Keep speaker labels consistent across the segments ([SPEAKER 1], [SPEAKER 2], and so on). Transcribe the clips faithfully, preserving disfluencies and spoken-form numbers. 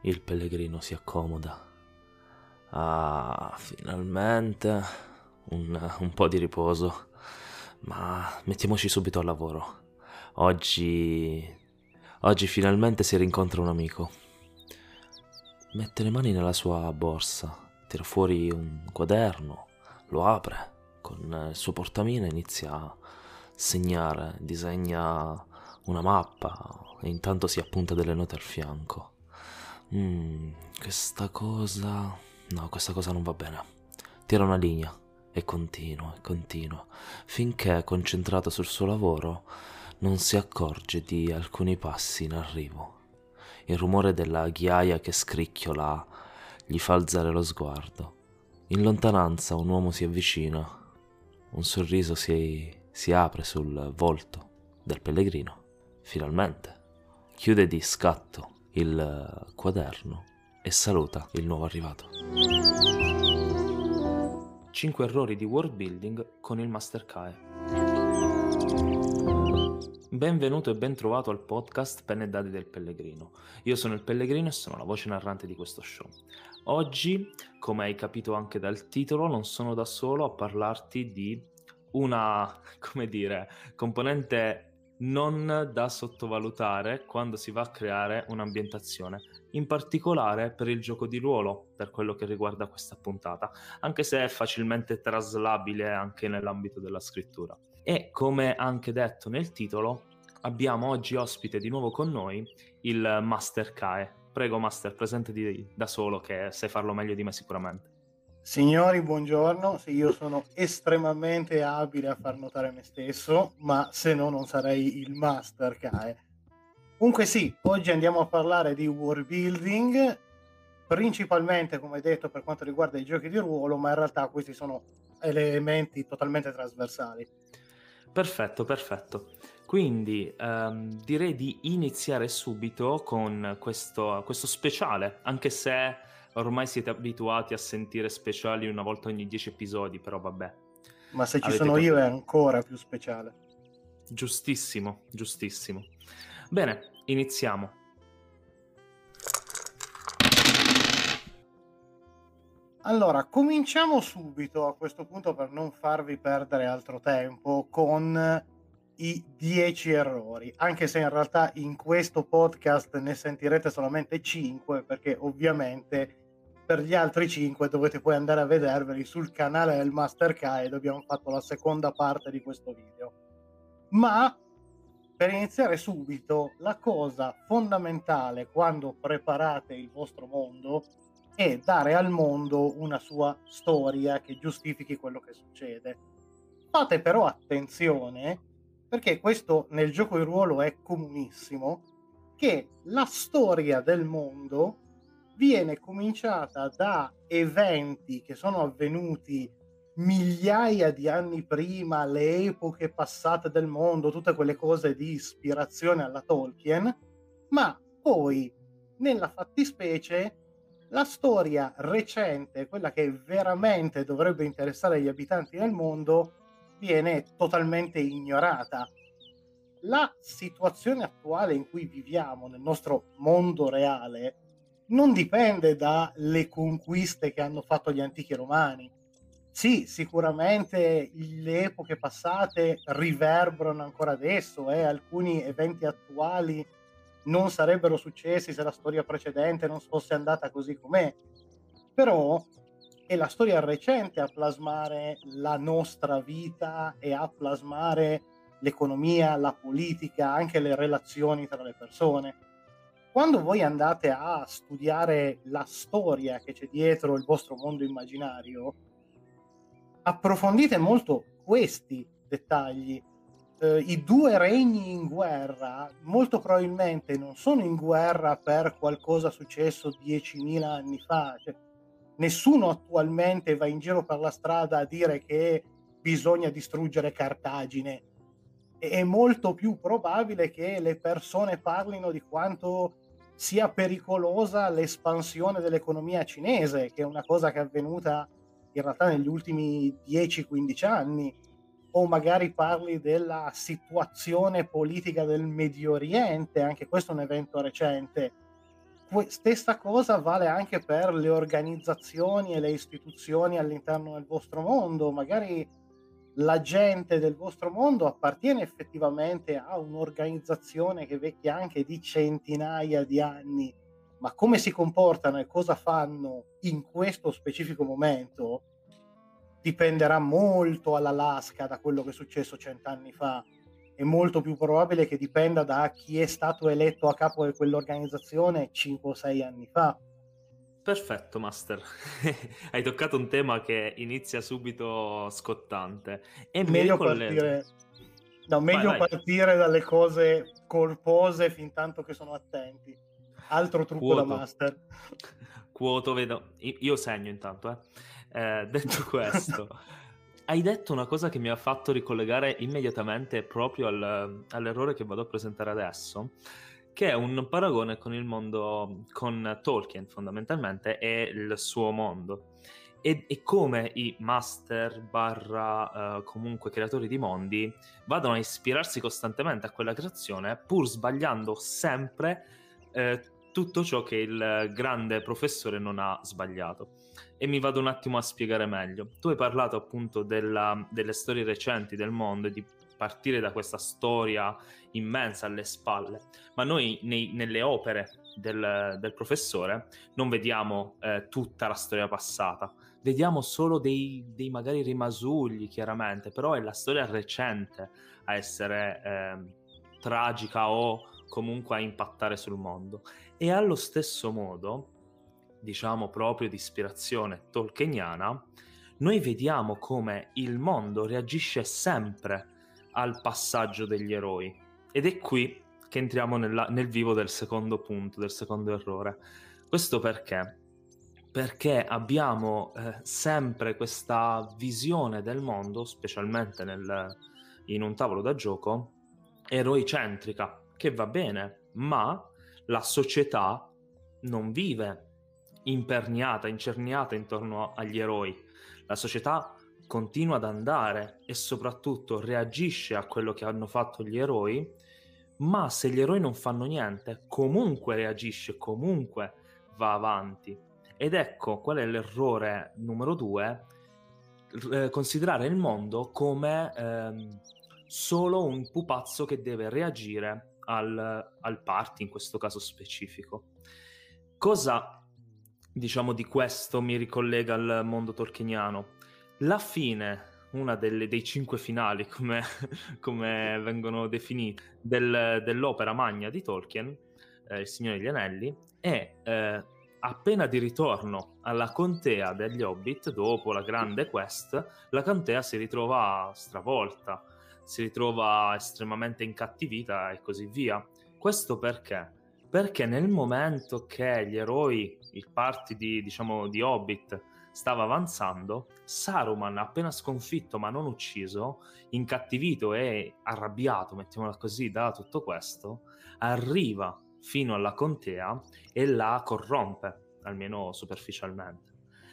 [SPEAKER 1] Il pellegrino si accomoda. Ah, finalmente un, un po' di riposo. Ma mettiamoci subito al lavoro. Oggi... Oggi finalmente si rincontra un amico. Mette le mani nella sua borsa, tira fuori un quaderno, lo apre con il suo portamina e inizia a segnare, disegna una mappa e intanto si appunta delle note al fianco. Mm, questa cosa... No, questa cosa non va bene. Tira una linea e continua e continua, finché, concentrato sul suo lavoro, non si accorge di alcuni passi in arrivo. Il rumore della ghiaia che scricchiola gli fa alzare lo sguardo. In lontananza un uomo si avvicina. Un sorriso si, si apre sul volto del pellegrino. Finalmente. Chiude di scatto il quaderno e saluta il nuovo arrivato. cinque errori di world building con il Master K A E. Benvenuto e ben trovato al podcast Penne e Dadi del Pellegrino. Io sono il Pellegrino e sono la voce narrante di questo show. Oggi, come hai capito anche dal titolo, non sono da solo a parlarti di una, come dire, componente non da sottovalutare quando si va a creare un'ambientazione, in particolare per il gioco di ruolo, per quello che riguarda questa puntata, anche se è facilmente traslabile anche nell'ambito della scrittura. E come anche detto nel titolo, abbiamo oggi ospite di nuovo con noi il Master K A E. Prego Master, presentati da solo che sai farlo meglio di me sicuramente.
[SPEAKER 2] Signori, buongiorno. Sì, io sono estremamente abile a far notare me stesso, ma se no non sarei il Master K A E. Comunque sì, oggi andiamo a parlare di world building, principalmente, come detto, per quanto riguarda i giochi di ruolo, ma in realtà questi sono elementi totalmente trasversali.
[SPEAKER 1] Perfetto, perfetto. Quindi ehm, direi di iniziare subito con questo, questo speciale, anche se ormai siete abituati a sentire speciali una volta ogni dieci episodi, però vabbè.
[SPEAKER 2] Ma se ci
[SPEAKER 1] Avete
[SPEAKER 2] sono io è
[SPEAKER 1] capito.
[SPEAKER 2] ancora più speciale.
[SPEAKER 1] Giustissimo, giustissimo. Bene, iniziamo.
[SPEAKER 2] Allora, cominciamo subito a questo punto per non farvi perdere altro tempo con i dieci errori, anche se in realtà in questo podcast ne sentirete solamente cinque, perché ovviamente per gli altri cinque dovete poi andare a vederveli sul canale del Master K A E, dove abbiamo fatto la seconda parte di questo video. Ma per iniziare subito, la cosa fondamentale quando preparate il vostro mondo è dare al mondo una sua storia che giustifichi quello che succede. Fate però attenzione, perché questo nel gioco di ruolo è comunissimo, che la storia del mondo viene cominciata da eventi che sono avvenuti migliaia di anni prima, le epoche passate del mondo, tutte quelle cose di ispirazione alla Tolkien, ma poi nella fattispecie la storia recente, quella che veramente dovrebbe interessare gli abitanti del mondo, viene totalmente ignorata. La situazione attuale in cui viviamo nel nostro mondo reale non dipende dalle conquiste che hanno fatto gli antichi romani. Sì, sicuramente le epoche passate riverberano ancora adesso, e eh, alcuni eventi attuali non sarebbero successi se la storia precedente non fosse andata così com'è. Però è la storia recente a plasmare la nostra vita e a plasmare l'economia, la politica, anche le relazioni tra le persone. Quando voi andate a studiare la storia che c'è dietro il vostro mondo immaginario, approfondite molto questi dettagli. Eh, I due regni in guerra molto probabilmente non sono in guerra per qualcosa successo diecimila anni fa. Cioè, nessuno attualmente va in giro per la strada a dire che bisogna distruggere Cartagine. È molto più probabile che le persone parlino di quanto sia pericolosa l'espansione dell'economia cinese, che è una cosa che è avvenuta in realtà negli ultimi dieci quindici anni, o magari parli della situazione politica del Medio Oriente, anche questo è un evento recente. que- stessa cosa vale anche per le organizzazioni e le istituzioni all'interno del vostro mondo. Magari la gente del vostro mondo appartiene effettivamente a un'organizzazione che vecchia anche di centinaia di anni, ma come si comportano e cosa fanno in questo specifico momento dipenderà molto alla lasca da quello che è successo cent'anni fa. È molto più probabile che dipenda da chi è stato eletto a capo di quell'organizzazione cinque o sei anni fa.
[SPEAKER 1] Perfetto, Master. Hai toccato un tema che inizia subito scottante e mi
[SPEAKER 2] Meglio
[SPEAKER 1] ricollego.
[SPEAKER 2] partire, no,
[SPEAKER 1] Vai,
[SPEAKER 2] meglio
[SPEAKER 1] vai.
[SPEAKER 2] partire dalle cose colpose fin tanto che sono attenti. Altro trucco da
[SPEAKER 1] Quoto.
[SPEAKER 2] master.
[SPEAKER 1] Quoto, vedo. I- Io segno intanto, eh. Eh, detto questo, hai detto una cosa che mi ha fatto ricollegare immediatamente proprio al- all'errore che vado a presentare adesso, che è un paragone con il mondo, con Tolkien fondamentalmente e il suo mondo. E, e come i master barra eh, comunque creatori di mondi vadano a ispirarsi costantemente a quella creazione pur sbagliando sempre eh, tutto ciò che il grande professore non ha sbagliato. E mi vado un attimo a spiegare meglio. Tu hai parlato appunto della- delle storie recenti del mondo e di partire da questa storia immensa alle spalle, ma noi nei- nelle opere del, del professore non vediamo eh, tutta la storia passata, vediamo solo dei, dei magari rimasugli, chiaramente, però è la storia recente a essere eh, tragica o comunque a impattare sul mondo. E allo stesso modo, diciamo proprio di ispirazione tolkieniana, noi vediamo come il mondo reagisce sempre al passaggio degli eroi. Ed è qui che entriamo nella- nel vivo del secondo punto, del secondo errore. Questo perché? Perché abbiamo eh, sempre questa visione del mondo, specialmente nel- in un tavolo da gioco, eroicentrica, che va bene, ma la società non vive imperniata, incerniata intorno agli eroi. La società continua ad andare e soprattutto reagisce a quello che hanno fatto gli eroi, ma se gli eroi non fanno niente, comunque reagisce, comunque va avanti. Ed ecco qual è l'errore numero due: eh, considerare il mondo come ehm, solo un pupazzo che deve reagire al, al party, in questo caso specifico. Cosa, diciamo, di questo mi ricollega al mondo tolkieniano? La fine, una delle, dei cinque finali, come, come vengono definiti, del- dell'opera magna di Tolkien, eh, Il Signore degli Anelli, è eh, appena di ritorno alla contea degli Hobbit, dopo la grande quest, la contea si ritrova stravolta, si ritrova estremamente incattivita e così via. Questo perché? Perché nel momento che gli eroi, il party di, diciamo, di Hobbit, stava avanzando, Saruman, appena sconfitto ma non ucciso, incattivito e arrabbiato, mettiamola così, da tutto questo, arriva fino alla contea e la corrompe, almeno superficialmente.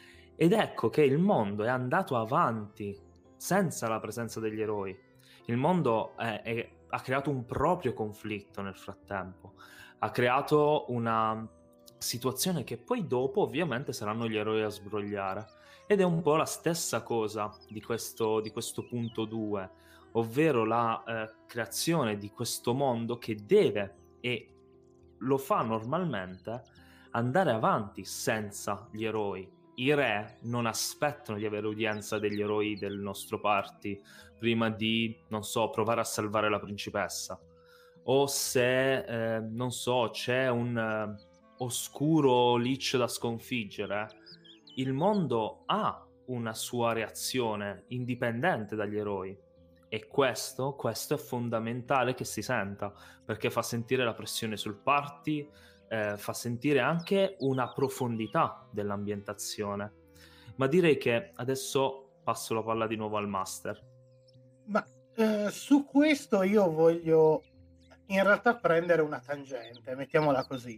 [SPEAKER 1] Ed ecco che il mondo è andato avanti senza la presenza degli eroi. Il mondo è- è- ha creato un proprio conflitto nel frattempo, ha creato una situazione che poi dopo ovviamente saranno gli eroi a sbrogliare. Ed è un po' la stessa cosa di questo, di questo punto due, ovvero la eh, creazione di questo mondo che deve, e lo fa normalmente, andare avanti senza gli eroi. I re non aspettano di avere udienza degli eroi del nostro party prima di, non so, provare a salvare la principessa. O se, eh, non so, c'è un eh, oscuro lich da sconfiggere, il mondo ha una sua reazione indipendente dagli eroi. E questo, questo è fondamentale che si senta, perché fa sentire la pressione sul party, eh, fa sentire anche una profondità dell'ambientazione. Ma direi che adesso passo la palla di nuovo al master.
[SPEAKER 2] Ma eh, su questo io voglio in realtà prendere una tangente, mettiamola così.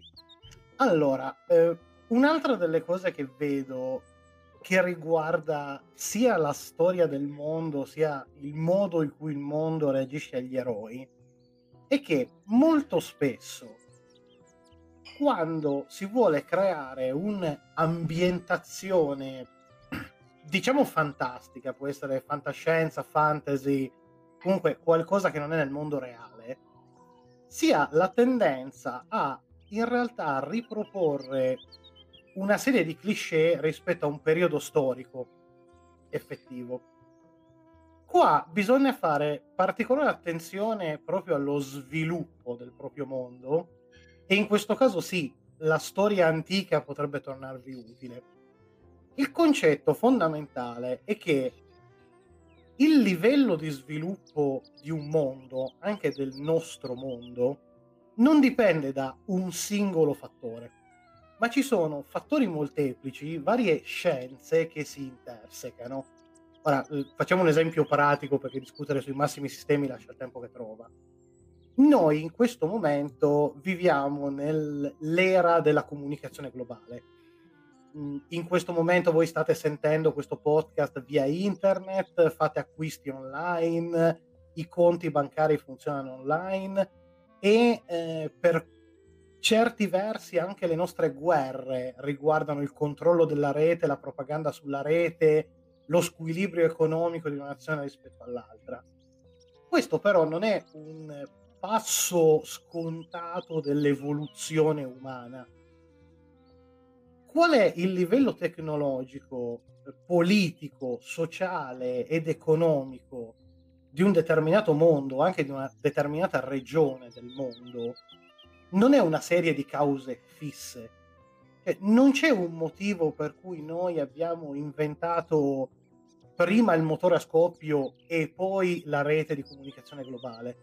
[SPEAKER 2] Allora, eh, un'altra delle cose che vedo che riguarda sia la storia del mondo, sia il modo in cui il mondo reagisce agli eroi, è che molto spesso quando si vuole creare un'ambientazione, diciamo fantastica, può essere fantascienza, fantasy, comunque qualcosa che non è nel mondo reale, si ha la tendenza a, in realtà, riproporre una serie di cliché rispetto a un periodo storico effettivo. Qua bisogna fare particolare attenzione proprio allo sviluppo del proprio mondo e in questo caso sì, la storia antica potrebbe tornarvi utile. Il concetto fondamentale è che il livello di sviluppo di un mondo, anche del nostro mondo, non dipende da un singolo fattore, ma ci sono fattori molteplici, varie scienze che si intersecano. Ora, eh, facciamo un esempio pratico perché discutere sui massimi sistemi lascia il tempo che trova. Noi in questo momento viviamo nell'era della comunicazione globale. Mm, In questo momento voi state sentendo questo podcast via internet, fate acquisti online, i conti bancari funzionano online e eh, per certi versi anche le nostre guerre riguardano il controllo della rete, la propaganda sulla rete, lo squilibrio economico di una nazione rispetto all'altra. Questo però non è un passo scontato dell'evoluzione umana. Qual è il livello tecnologico, eh, politico, sociale ed economico di un determinato mondo, anche di una determinata regione del mondo, non è una serie di cause fisse. Cioè, non c'è un motivo per cui noi abbiamo inventato prima il motore a scoppio e poi la rete di comunicazione globale.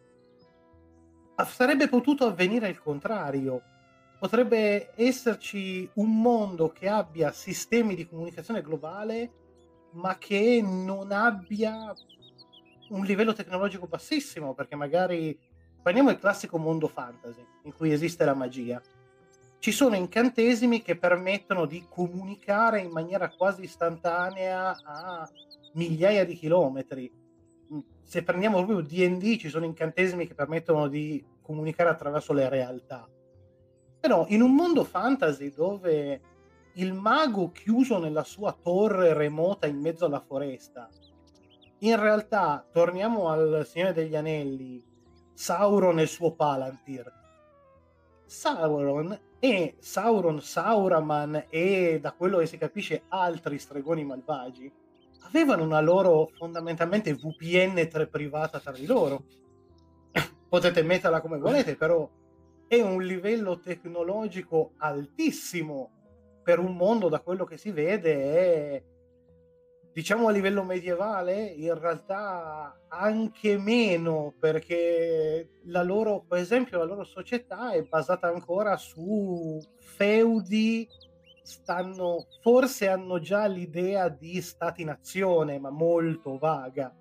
[SPEAKER 2] Ma sarebbe potuto avvenire il contrario. Potrebbe esserci un mondo che abbia sistemi di comunicazione globale, ma che non abbia un livello tecnologico bassissimo, perché magari prendiamo il classico mondo fantasy in cui esiste la magia. Ci sono incantesimi che permettono di comunicare in maniera quasi istantanea a migliaia di chilometri. Mm, Se prendiamo proprio D and D, ci sono incantesimi che permettono di comunicare attraverso le realtà. Però in un mondo fantasy dove il mago chiuso nella sua torre remota in mezzo alla foresta, in realtà, torniamo al Signore degli Anelli, Sauron e il suo Palantir. Sauron e Sauron, Sauraman e, da quello che si capisce, altri stregoni malvagi avevano una loro fondamentalmente V P N tre privata tra di loro. Potete metterla come volete, però è un livello tecnologico altissimo per un mondo, da quello che si vede, è, diciamo, a livello medievale, in realtà anche meno, perché la loro, per esempio, la loro società è basata ancora su feudi, stanno, forse hanno già l'idea di stati-nazione, ma molto vaga.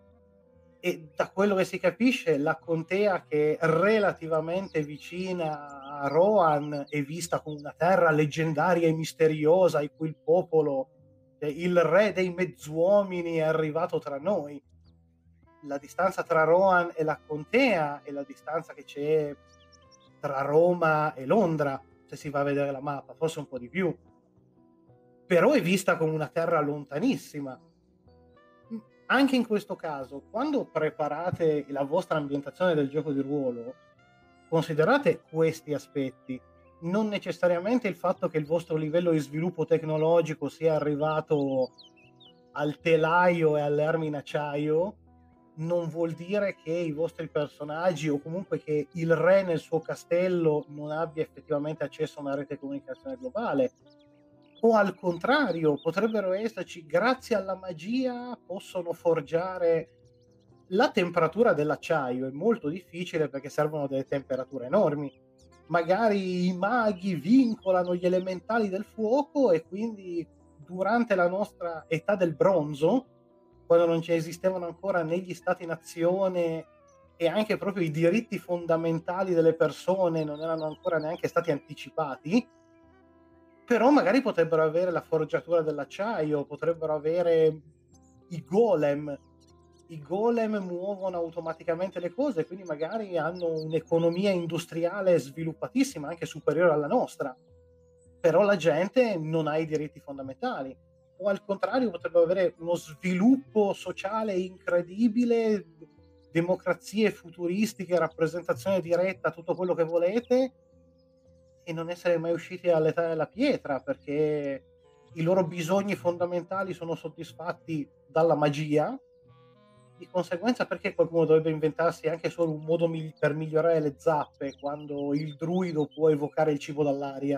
[SPEAKER 2] E da quello che si capisce, la contea, che è relativamente vicina a Rohan, è vista come una terra leggendaria e misteriosa, in cui il popolo, eh, il re dei mezzuomini, è arrivato tra noi. La distanza tra Rohan e la contea è la distanza che c'è tra Roma e Londra, se si va a vedere la mappa, forse un po' di più. Però è vista come una terra lontanissima. Anche in questo caso, quando preparate la vostra ambientazione del gioco di ruolo, considerate questi aspetti, non necessariamente il fatto che il vostro livello di sviluppo tecnologico sia arrivato al telaio e alle armi in acciaio, non vuol dire che i vostri personaggi, o comunque che il re nel suo castello, non abbia effettivamente accesso a una rete di comunicazione globale. O al contrario, potrebbero esserci, grazie alla magia, possono forgiare la temperatura dell'acciaio. È molto difficile perché servono delle temperature enormi. Magari i maghi vincolano gli elementali del fuoco e quindi durante la nostra età del bronzo, quando non ci esistevano ancora né gli stati-nazione e anche proprio i diritti fondamentali delle persone non erano ancora neanche stati anticipati, però magari potrebbero avere la forgiatura dell'acciaio, potrebbero avere i golem. i golem muovono automaticamente le cose, quindi magari hanno un'economia industriale sviluppatissima, anche superiore alla nostra, però la gente non ha i diritti fondamentali. O al contrario potrebbe avere uno sviluppo sociale incredibile, democrazie futuristiche, rappresentazione diretta, tutto quello che volete, e non essere mai usciti dall'età della pietra, perché i loro bisogni fondamentali sono soddisfatti dalla magia. Di conseguenza, perché qualcuno dovrebbe inventarsi anche solo un modo migli- per migliorare le zappe quando il druido può evocare il cibo dall'aria?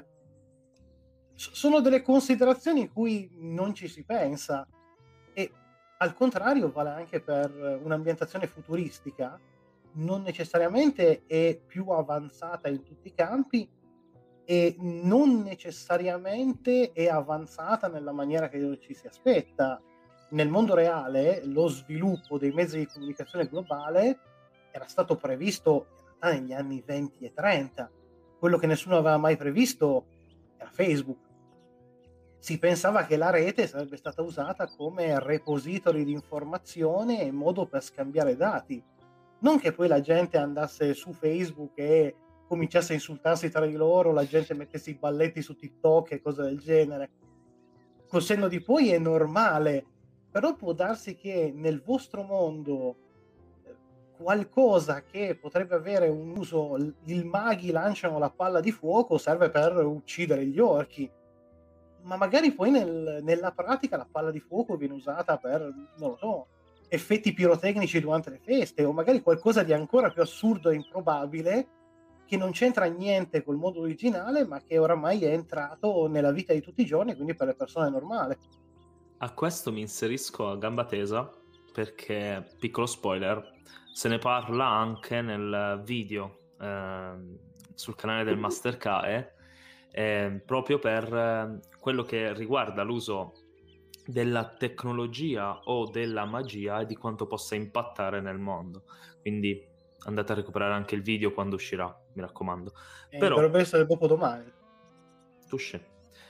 [SPEAKER 2] S- sono delle considerazioni in cui non ci si pensa, e al contrario vale anche per un'ambientazione futuristica. Non necessariamente è più avanzata in tutti i campi e non necessariamente è avanzata nella maniera che ci si aspetta. Nel mondo reale lo sviluppo dei mezzi di comunicazione globale era stato previsto in realtà negli anni venti e trenta. Quello che nessuno aveva mai previsto era Facebook. Si pensava che la rete sarebbe stata usata come repository di informazione e modo per scambiare dati. Non che poi la gente andasse su Facebook e cominciasse a insultarsi tra di loro, la gente mettesse i balletti su TikTok e cose del genere. Col senno di poi è normale, però può darsi che nel vostro mondo eh, qualcosa che potrebbe avere un uso, l- i maghi lanciano la palla di fuoco, serve per uccidere gli orchi, ma magari poi nel- nella pratica la palla di fuoco viene usata per, non lo so, effetti pirotecnici durante le feste, o magari qualcosa di ancora più assurdo e improbabile che non c'entra niente col mondo originale, ma che oramai è entrato nella vita di tutti i giorni, quindi per le persone normali.
[SPEAKER 1] A questo mi inserisco a gamba tesa perché, piccolo spoiler, se ne parla anche nel video ehm, sul canale del Master Kae, eh, proprio per eh, quello che riguarda l'uso della tecnologia o della magia e di quanto possa impattare nel mondo. Quindi andate a recuperare anche il video quando uscirà, mi raccomando.
[SPEAKER 2] E
[SPEAKER 1] Però
[SPEAKER 2] dovrebbe essere dopo domani.
[SPEAKER 1] Touché.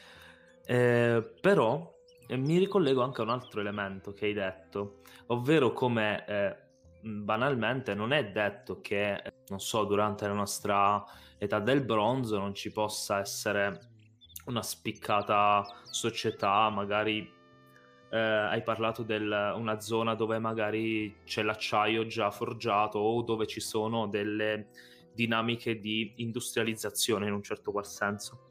[SPEAKER 1] Eh, però eh, mi ricollego anche a un altro elemento che hai detto, ovvero come eh, mh, banalmente non è detto che, eh, non so, durante la nostra età del bronzo non ci possa essere una spiccata società, magari eh, hai parlato di una zona dove magari c'è l'acciaio già forgiato o dove ci sono delle dinamiche di industrializzazione in un certo qual senso.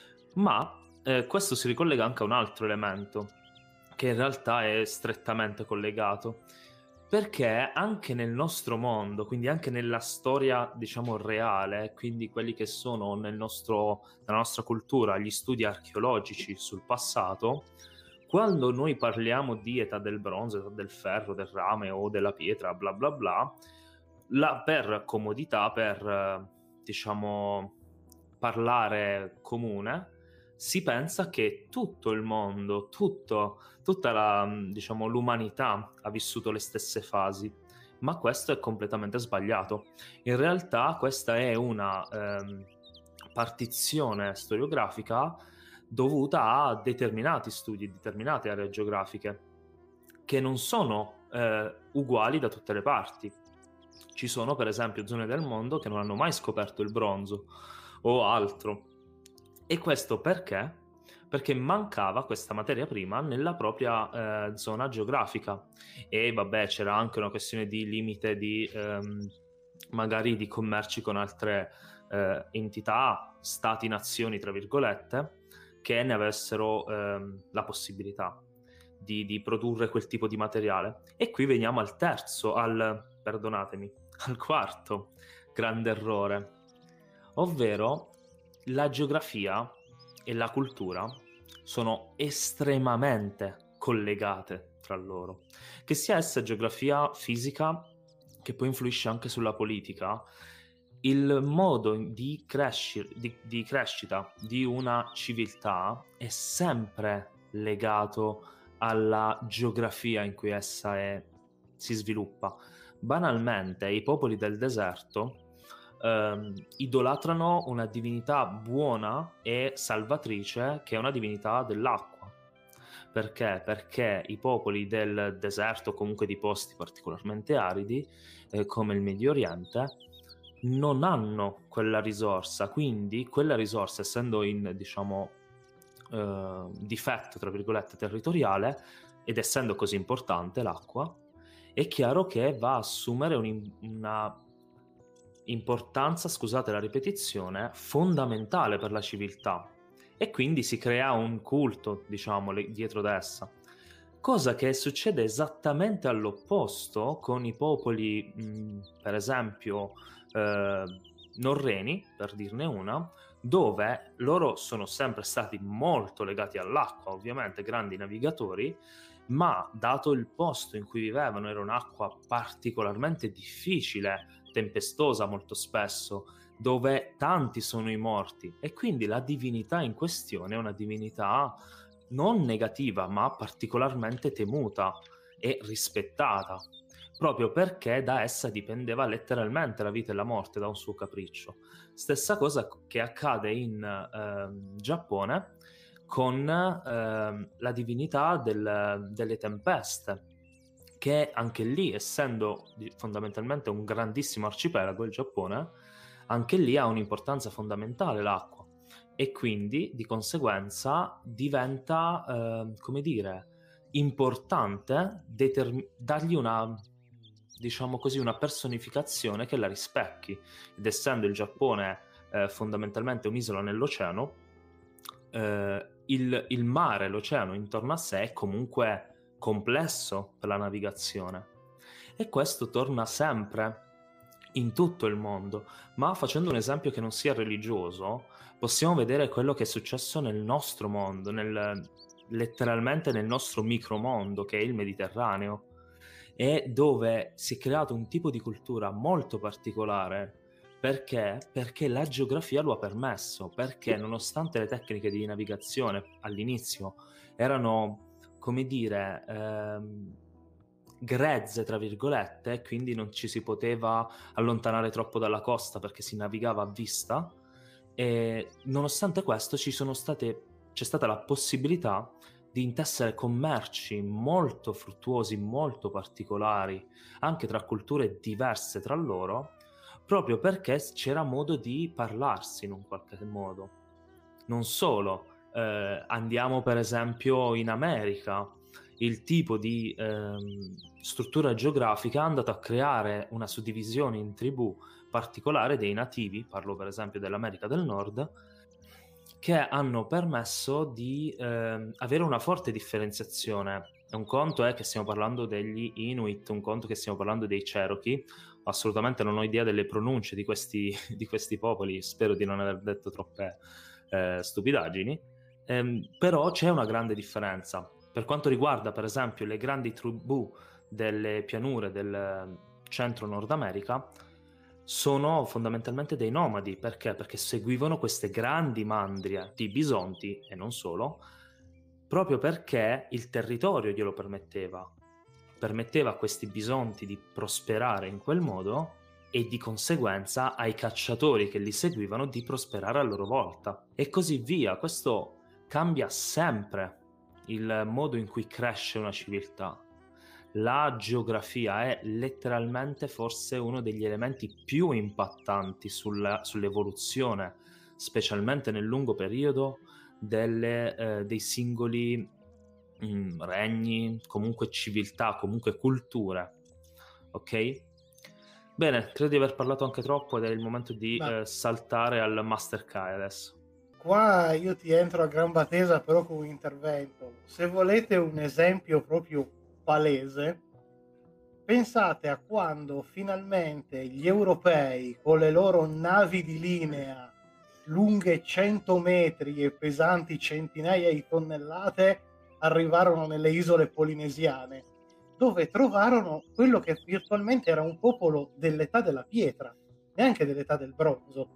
[SPEAKER 1] Ma eh, questo si ricollega anche a un altro elemento che in realtà è strettamente collegato, perché anche nel nostro mondo, quindi anche nella storia, diciamo, reale, quindi quelli che sono nel nostro, nella nostra cultura, gli studi archeologici sul passato, quando noi parliamo di età del bronzo, età del ferro, del rame o della pietra, bla bla bla, la, per comodità, per eh, diciamo parlare comune, si pensa che tutto il mondo, tutto, tutta la, diciamo, l'umanità ha vissuto le stesse fasi, ma questo è completamente sbagliato. In realtà questa è una ehm, partizione storiografica dovuta a determinati studi, determinate aree geografiche, che non sono eh, uguali da tutte le parti. Ci sono, per esempio, zone del mondo che non hanno mai scoperto il bronzo o altro. E questo perché? Perché mancava questa materia prima nella propria eh, zona geografica. E vabbè, c'era anche una questione di limite di ehm, magari di commerci con altre eh, entità, stati, nazioni, tra virgolette, che ne avessero ehm, la possibilità di, di produrre quel tipo di materiale. E qui veniamo al terzo, al, perdonatemi, al quarto grande errore, ovvero la geografia e la cultura sono estremamente collegate tra loro, che sia essa geografia fisica, che poi influisce anche sulla politica. Il modo di, cresci- di, di crescita di una civiltà è sempre legato alla geografia in cui essa è, si sviluppa. Banalmente, i popoli del deserto ehm, idolatrano una divinità buona e salvatrice che è una divinità dell'acqua. Perché? Perché i popoli del deserto, comunque di posti particolarmente aridi, eh, come il Medio Oriente, non hanno quella risorsa, quindi quella risorsa, essendo in, diciamo, eh, difetto, tra virgolette, territoriale, ed essendo così importante l'acqua, è chiaro che va a assumere un, una importanza, scusate la ripetizione, fondamentale per la civiltà, e quindi si crea un culto, diciamo, le- dietro ad essa. Cosa che succede esattamente all'opposto con i popoli, mh, per esempio, eh, norreni, per dirne una, dove loro sono sempre stati molto legati all'acqua, ovviamente grandi navigatori, ma dato il posto in cui vivevano era un'acqua particolarmente difficile, tempestosa molto spesso, dove tanti sono i morti, e quindi la divinità in questione è una divinità non negativa, ma particolarmente temuta e rispettata, proprio perché da essa dipendeva letteralmente la vita e la morte, da un suo capriccio. Stessa cosa che accade in eh, Giappone con eh, la divinità del, delle tempeste, che anche lì, essendo fondamentalmente un grandissimo arcipelago, il Giappone, anche lì ha un'importanza fondamentale l'acqua, e quindi di conseguenza diventa, eh, come dire, importante determ- dargli una, diciamo così, una personificazione che la rispecchi. Ed essendo il Giappone eh, fondamentalmente un'isola nell'oceano, eh, il, il mare, l'oceano intorno a sé è comunque complesso per la navigazione, e questo torna sempre in tutto il mondo. Ma facendo un esempio che non sia religioso, possiamo vedere quello che è successo nel nostro mondo, nel, letteralmente nel nostro micromondo, che è il Mediterraneo, e dove si è creato un tipo di cultura molto particolare. Perché? Perché la geografia lo ha permesso, perché nonostante le tecniche di navigazione all'inizio erano, come dire, ehm, grezze, tra virgolette, quindi non ci si poteva allontanare troppo dalla costa perché si navigava a vista, e nonostante questo ci sono state, c'è stata la possibilità di intessere commerci molto fruttuosi, molto particolari, anche tra culture diverse tra loro, proprio perché c'era modo di parlarsi in un qualche modo. Non solo, eh, andiamo per esempio in America, il tipo di ehm, struttura geografica è andato a creare una suddivisione in tribù particolare dei nativi, parlo per esempio dell'America del Nord, che hanno permesso di ehm, avere una forte differenziazione. Un conto è che stiamo parlando degli Inuit, un conto che stiamo parlando dei Cherokee. Assolutamente non ho idea delle pronunce di questi, di questi popoli, spero di non aver detto troppe eh, stupidaggini, ehm, però c'è una grande differenza. Per quanto riguarda per esempio le grandi tribù delle pianure del centro Nord America, sono fondamentalmente dei nomadi. Perché? Perché seguivano queste grandi mandrie di bisonti, e non solo, proprio perché il territorio glielo permetteva. Permetteva a questi bisonti di prosperare in quel modo, e di conseguenza ai cacciatori che li seguivano di prosperare a loro volta. E così via. Questo cambia sempre il modo in cui cresce una civiltà. La geografia è letteralmente forse uno degli elementi più impattanti sulla, sull'evoluzione, specialmente nel lungo periodo, delle, eh, dei singoli mh, regni, comunque civiltà, comunque culture. Ok? Bene, credo di aver parlato anche troppo ed è il momento di
[SPEAKER 2] Ma
[SPEAKER 1] eh, saltare al Master Kai adesso.
[SPEAKER 2] qua io ti entro a gamba tesa però con un intervento. Se volete un esempio proprio palese, pensate a quando finalmente gli europei con le loro navi di linea lunghe cento metri e pesanti centinaia di tonnellate arrivarono nelle isole polinesiane, dove trovarono quello che virtualmente era un popolo dell'età della pietra, neanche dell'età del bronzo.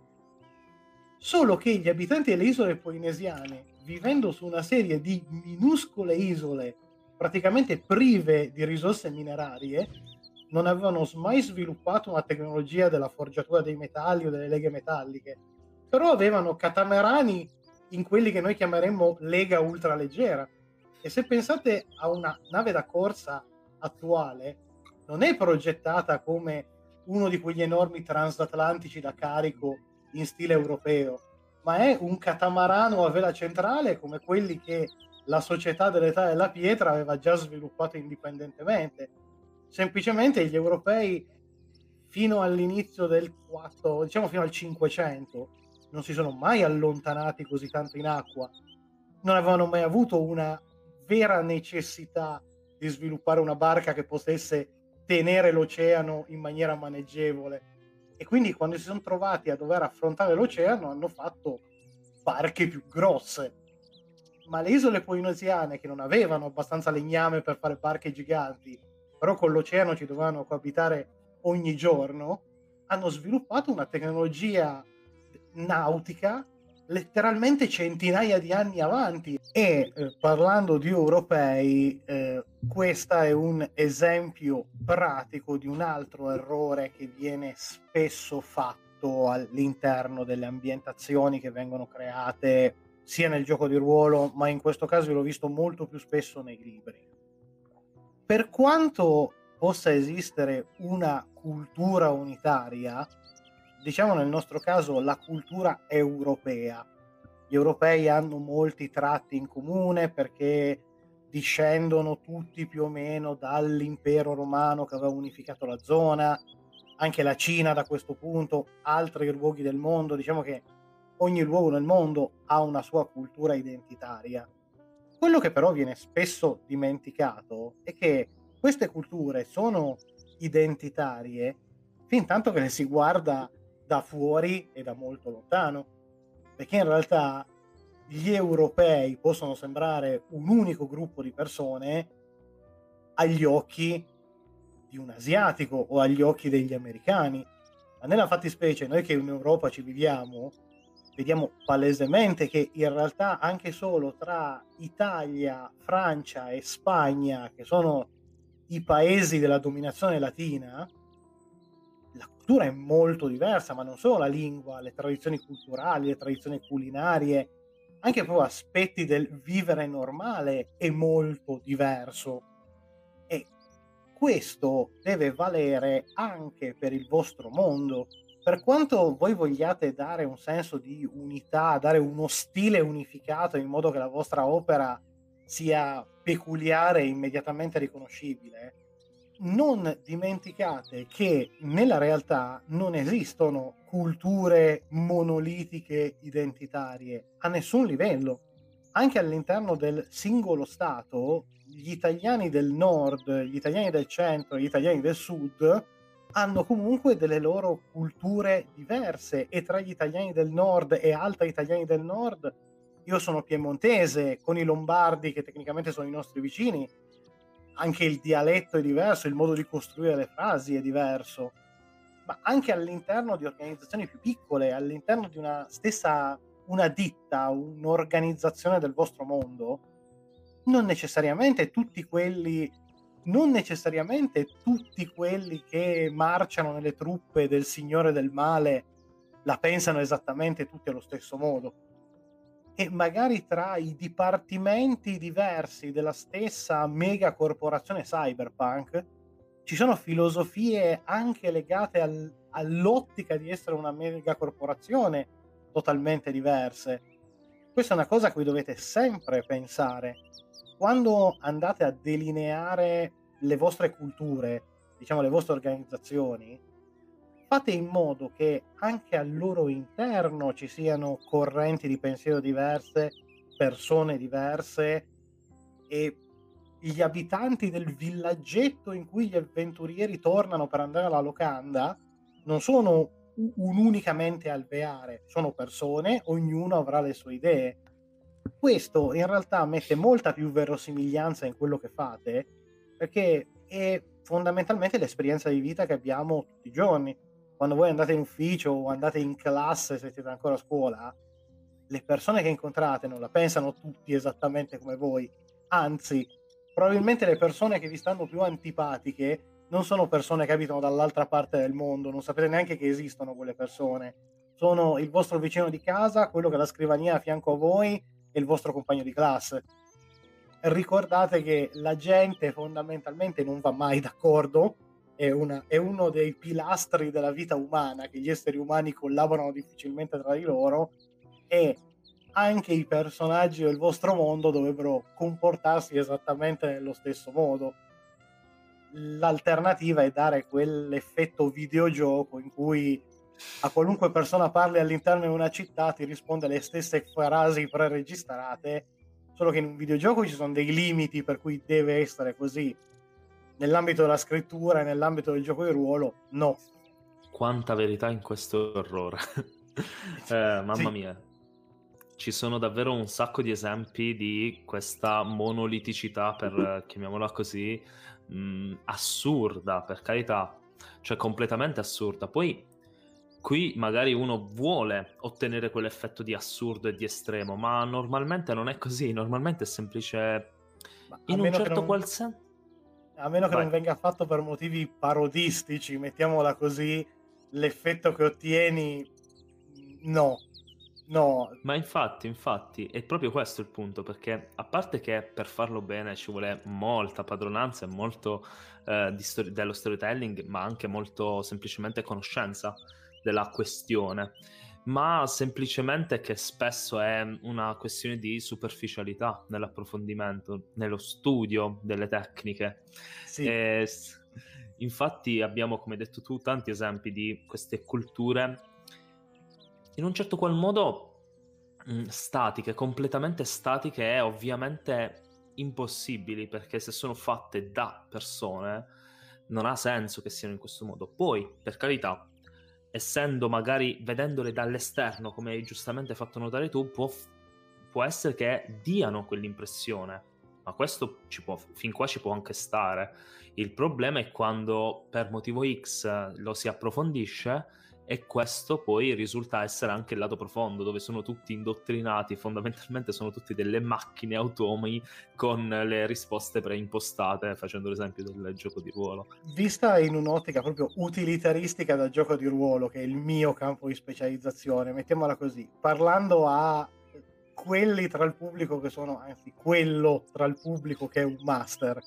[SPEAKER 2] Solo che gli abitanti delle isole polinesiane, vivendo su una serie di minuscole isole praticamente prive di risorse minerarie, non avevano mai sviluppato una tecnologia della forgiatura dei metalli o delle leghe metalliche, però avevano catamarani in quelli che noi chiameremmo lega ultraleggera, E se pensate a una nave da corsa attuale, non è progettata come uno di quegli enormi transatlantici da carico in stile europeo, ma è un catamarano a vela centrale come quelli che la società dell'età della pietra aveva già sviluppato indipendentemente. Semplicemente gli europei fino all'inizio del quattro, diciamo fino al cinquecento, non si sono mai allontanati così tanto in acqua, non avevano mai avuto una vera necessità di sviluppare una barca che potesse tenere l'oceano in maniera maneggevole, e quindi quando si sono trovati a dover affrontare l'oceano hanno fatto barche più grosse. Ma le isole polinesiane, che non avevano abbastanza legname per fare barche giganti, però con l'oceano ci dovevano coabitare ogni giorno, hanno sviluppato una tecnologia nautica letteralmente centinaia di anni avanti. E eh, parlando di europei, eh, questo è un esempio pratico di un altro errore che viene spesso fatto all'interno delle ambientazioni che vengono create sia nel gioco di ruolo, ma in questo caso io l'ho visto molto più spesso nei libri. Per quanto possa esistere una cultura unitaria, diciamo nel nostro caso la cultura europea, gli europei hanno molti tratti in comune perché discendono tutti più o meno dall'impero romano che aveva unificato la zona, anche la Cina da questo punto, altri luoghi del mondo, diciamo che ogni luogo nel mondo ha una sua cultura identitaria. Quello che però viene spesso dimenticato è che queste culture sono identitarie fin tanto che le si guarda da fuori e da molto lontano, perché in realtà gli europei possono sembrare un unico gruppo di persone agli occhi di un asiatico o agli occhi degli americani, ma nella fattispecie noi che in Europa ci viviamo vediamo palesemente che in realtà anche solo tra Italia, Francia e Spagna, che sono i paesi della dominazione latina, la cultura è molto diversa, ma non solo la lingua, le tradizioni culturali, le tradizioni culinarie, anche proprio aspetti del vivere normale è molto diverso. E questo deve valere anche per il vostro mondo. Per quanto voi vogliate dare un senso di unità, dare uno stile unificato in modo che la vostra opera sia peculiare e immediatamente riconoscibile, non dimenticate che nella realtà non esistono culture monolitiche identitarie a nessun livello. Anche all'interno del singolo stato, gli italiani del nord, gli italiani del centro, gli italiani del sud hanno comunque delle loro culture diverse, e tra gli italiani del nord e altri italiani del nord, io sono piemontese, con i lombardi che tecnicamente sono i nostri vicini, anche il dialetto è diverso, il modo di costruire le frasi è diverso, ma anche all'interno di organizzazioni più piccole, all'interno di una stessa, una ditta, un'organizzazione del vostro mondo, non necessariamente tutti quelli non necessariamente tutti quelli che marciano nelle truppe del Signore del Male la pensano esattamente tutti allo stesso modo. E magari tra i dipartimenti diversi della stessa mega corporazione cyberpunk ci sono filosofie anche legate al, all'ottica di essere una mega corporazione totalmente diverse. Questa è una cosa a cui dovete sempre pensare. Quando andate a delineare le vostre culture, diciamo le vostre organizzazioni, fate in modo che anche al loro interno ci siano correnti di pensiero diverse, persone diverse, e gli abitanti del villaggetto in cui gli avventurieri tornano per andare alla locanda non sono un'unicamente alveare, sono persone, ognuno avrà le sue idee. Questo in realtà mette molta più verosimiglianza in quello che fate, perché è fondamentalmente l'esperienza di vita che abbiamo tutti i giorni. Quando voi andate in ufficio o andate in classe, se siete ancora a scuola, le persone che incontrate non la pensano tutti esattamente come voi, anzi, probabilmente le persone che vi stanno più antipatiche non sono persone che abitano dall'altra parte del mondo, non sapete neanche che esistono quelle persone. Sono il vostro vicino di casa, quello che ha la scrivania a fianco a voi, e il vostro compagno di classe. ricordate che la gente fondamentalmente non va mai d'accordo, è, una, è uno dei pilastri della vita umana, che gli esseri umani collaborano difficilmente tra di loro, e anche i personaggi del vostro mondo dovrebbero comportarsi esattamente nello stesso modo. L'alternativa è dare quell'effetto videogioco in cui a qualunque persona parli all'interno di una città ti risponde le stesse frasi preregistrate, solo che in un videogioco ci sono dei limiti per cui deve essere così. Nell'ambito della scrittura e nell'ambito del gioco di ruolo, no.
[SPEAKER 1] Quanta verità in questo errore. eh, mamma
[SPEAKER 2] Sì.
[SPEAKER 1] mia. Ci sono davvero un sacco di esempi di questa monoliticità, per chiamiamola così, mh, assurda, per carità, cioè completamente assurda. Poi qui magari uno vuole ottenere quell'effetto di assurdo e di estremo, ma normalmente non è così, normalmente è semplice
[SPEAKER 2] Ma a
[SPEAKER 1] in un
[SPEAKER 2] meno che
[SPEAKER 1] certo
[SPEAKER 2] non,
[SPEAKER 1] qual senso.
[SPEAKER 2] a meno che non
[SPEAKER 1] Vai.
[SPEAKER 2] venga fatto per motivi parodistici, mettiamola così, l'effetto che ottieni, no. No,
[SPEAKER 1] Ma infatti, infatti, è proprio questo il punto, perché a parte che per farlo bene ci vuole molta padronanza e molto eh, di stor- dello storytelling, ma anche molto semplicemente conoscenza della questione, ma semplicemente che spesso è una questione di superficialità nell'approfondimento, nello studio delle tecniche.
[SPEAKER 2] sì.
[SPEAKER 1] E s- infatti abbiamo, come hai detto tu, tanti esempi di queste culture in un certo qual modo mh, statiche, completamente statiche e ovviamente impossibili, perché se sono fatte da persone non ha senso che siano in questo modo. Poi, per carità, essendo magari vedendole dall'esterno, come hai giustamente fatto notare tu, può, f- può essere che diano quell'impressione. Ma questo ci può, fin qua ci può anche stare. Il problema è quando per motivo X eh, lo si approfondisce e questo poi risulta essere anche il lato profondo, dove sono tutti indottrinati, fondamentalmente sono tutti delle macchine automi con le risposte preimpostate, facendo l'esempio del gioco di ruolo.
[SPEAKER 2] Vista in un'ottica proprio utilitaristica da gioco di ruolo, che è il mio campo di specializzazione, mettiamola così, parlando a eh, quelli tra il pubblico che sono, anzi, quello tra il pubblico che è un master.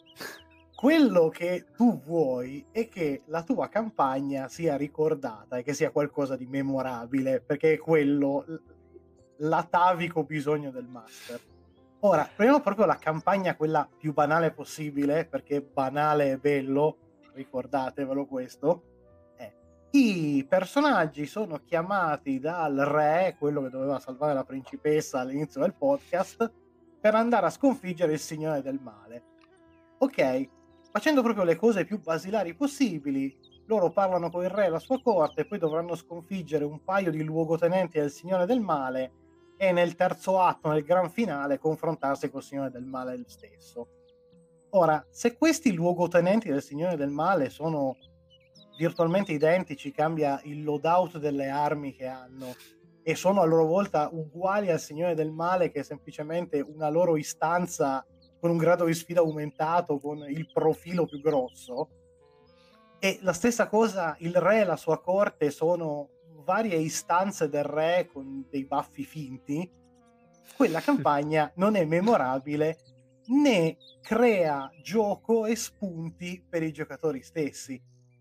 [SPEAKER 2] Quello che tu vuoi è che la tua campagna sia ricordata e che sia qualcosa di memorabile, perché è quello l- l'atavico bisogno del master. Ora, prendiamo proprio la campagna quella più banale possibile, perché banale è bello, ricordatevelo questo. Eh, I personaggi sono chiamati dal re, quello che doveva salvare la principessa all'inizio del podcast, per andare a sconfiggere il signore del male. Ok, facendo proprio le cose più basilari possibili, loro parlano con il re e la sua corte, poi dovranno sconfiggere un paio di luogotenenti del signore del male e nel terzo atto, nel gran finale, confrontarsi col Signore del Male stesso. Ora, se questi luogotenenti del Signore del Male sono virtualmente identici, cambia il loadout delle armi che hanno e sono a loro volta uguali al Signore del Male, che è semplicemente una loro istanza con un grado di sfida aumentato, con il profilo più grosso, e la stessa cosa, il re e la sua corte sono varie istanze del re con dei baffi finti, quella campagna non è memorabile né crea gioco e spunti per i giocatori stessi.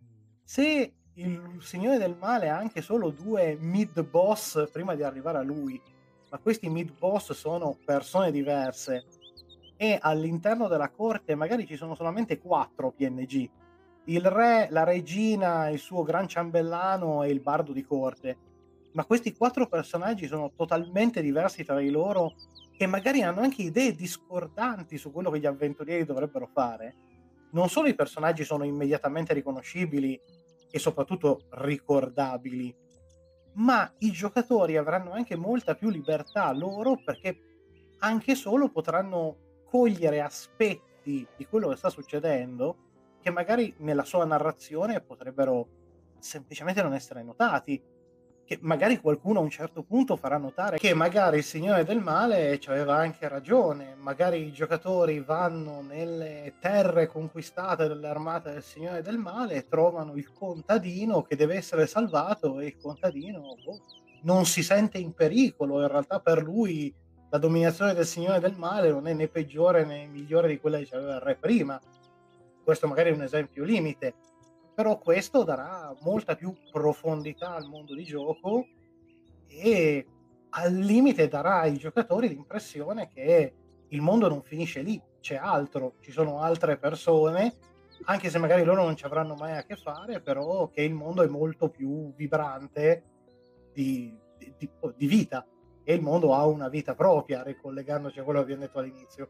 [SPEAKER 2] Se il Signore del Male ha anche solo due mid boss prima di arrivare a lui, ma questi mid boss sono persone diverse e all'interno della corte magari ci sono solamente quattro P N G, il re, la regina, il suo gran ciambellano e il bardo di corte, ma questi quattro personaggi sono totalmente diversi tra di loro e magari hanno anche idee discordanti su quello che gli avventurieri dovrebbero fare. Non solo i personaggi sono immediatamente riconoscibili e soprattutto ricordabili, ma i giocatori avranno anche molta più libertà loro, perché anche solo potranno cogliere aspetti di quello che sta succedendo che magari nella sua narrazione potrebbero semplicemente non essere notati, che magari qualcuno a un certo punto farà notare che magari il Signore del Male ci aveva anche ragione, magari i giocatori vanno nelle terre conquistate dalle armate del Signore del Male e trovano il contadino che deve essere salvato e il contadino boh, non si sente in pericolo, in realtà per lui la dominazione del Signore del Male non è né peggiore né migliore di quella che c'aveva il re prima. Questo magari è un esempio limite, però questo darà molta più profondità al mondo di gioco e al limite darà ai giocatori l'impressione che il mondo non finisce lì, c'è altro, ci sono altre persone, anche se magari loro non ci avranno mai a che fare, però che il mondo è molto più vibrante di, di, di, di vita, e il mondo ha una vita propria, ricollegandoci a quello che abbiamo detto all'inizio.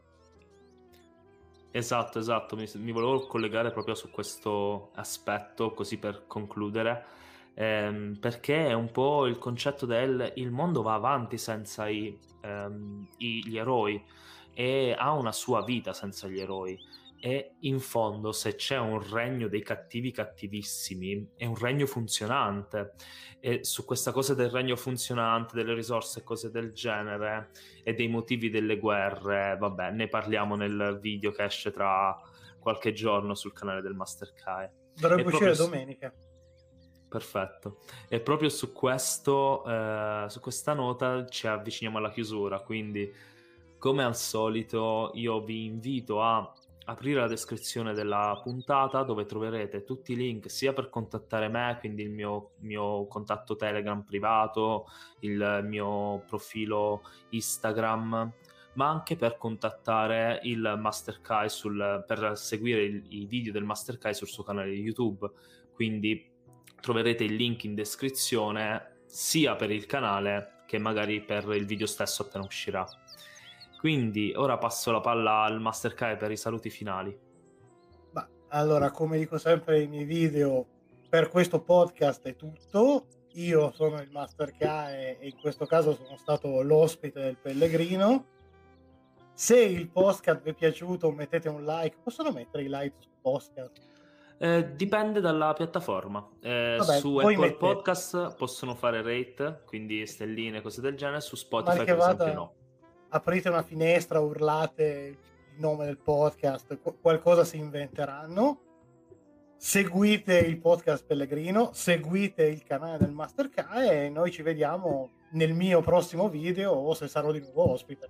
[SPEAKER 1] Esatto, esatto, mi, mi volevo collegare proprio su questo aspetto, così per concludere, ehm, perché è un po' il concetto del il mondo va avanti senza i, ehm, i- gli eroi e ha una sua vita senza gli eroi. E in fondo, se c'è un regno dei cattivi cattivissimi, è un regno funzionante. E su questa cosa del regno funzionante, delle risorse e cose del genere, e dei motivi delle guerre, vabbè, ne parliamo nel video che esce tra qualche giorno sul canale del Master Kai.
[SPEAKER 2] Dovrebbe
[SPEAKER 1] E
[SPEAKER 2] uscire
[SPEAKER 1] proprio su-
[SPEAKER 2] domenica.
[SPEAKER 1] Perfetto. E proprio su questo, eh, su questa nota ci avviciniamo alla chiusura, quindi come al solito io vi invito a aprire la descrizione della puntata dove troverete tutti i link sia per contattare me, quindi il mio, mio contatto Telegram privato, il mio profilo Instagram, ma anche per contattare il Master Kai sul, per seguire il- i video del Master Kai sul suo canale YouTube. Quindi troverete il link in descrizione sia per il canale che magari per il video stesso appena uscirà. Quindi ora passo la palla al Master Kai per i saluti finali.
[SPEAKER 2] Ma allora, come dico sempre nei miei video, per questo podcast è tutto. Io sono il Master K e in questo caso sono stato l'ospite del Pellegrino. Se il podcast vi è piaciuto, mettete un like. Possono mettere i like sul podcast?
[SPEAKER 1] Eh, dipende dalla piattaforma. Eh,
[SPEAKER 2] Vabbè,
[SPEAKER 1] su
[SPEAKER 2] voi
[SPEAKER 1] Apple
[SPEAKER 2] mettete.
[SPEAKER 1] Podcast possono fare rate, quindi stelline, cose del genere. Su Spotify,
[SPEAKER 2] Mal che
[SPEAKER 1] per esempio,
[SPEAKER 2] vada,
[SPEAKER 1] no.
[SPEAKER 2] aprite una finestra, urlate il nome del podcast, qu- qualcosa si inventeranno. Seguite il podcast Pellegrino, seguite il canale del Master K e noi ci vediamo nel mio prossimo video o se sarò di nuovo ospite.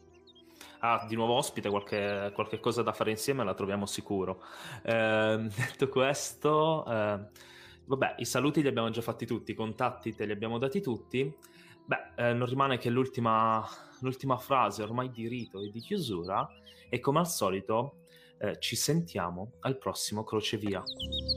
[SPEAKER 1] Ah, di nuovo ospite, qualche, qualche cosa da fare insieme la troviamo sicuro. Eh, detto questo, eh, vabbè, i saluti li abbiamo già fatti tutti, i contatti te li abbiamo dati tutti. Beh, eh, non rimane che l'ultima, l'ultima frase ormai di rito e di chiusura, e come al solito eh, ci sentiamo al prossimo crocevia.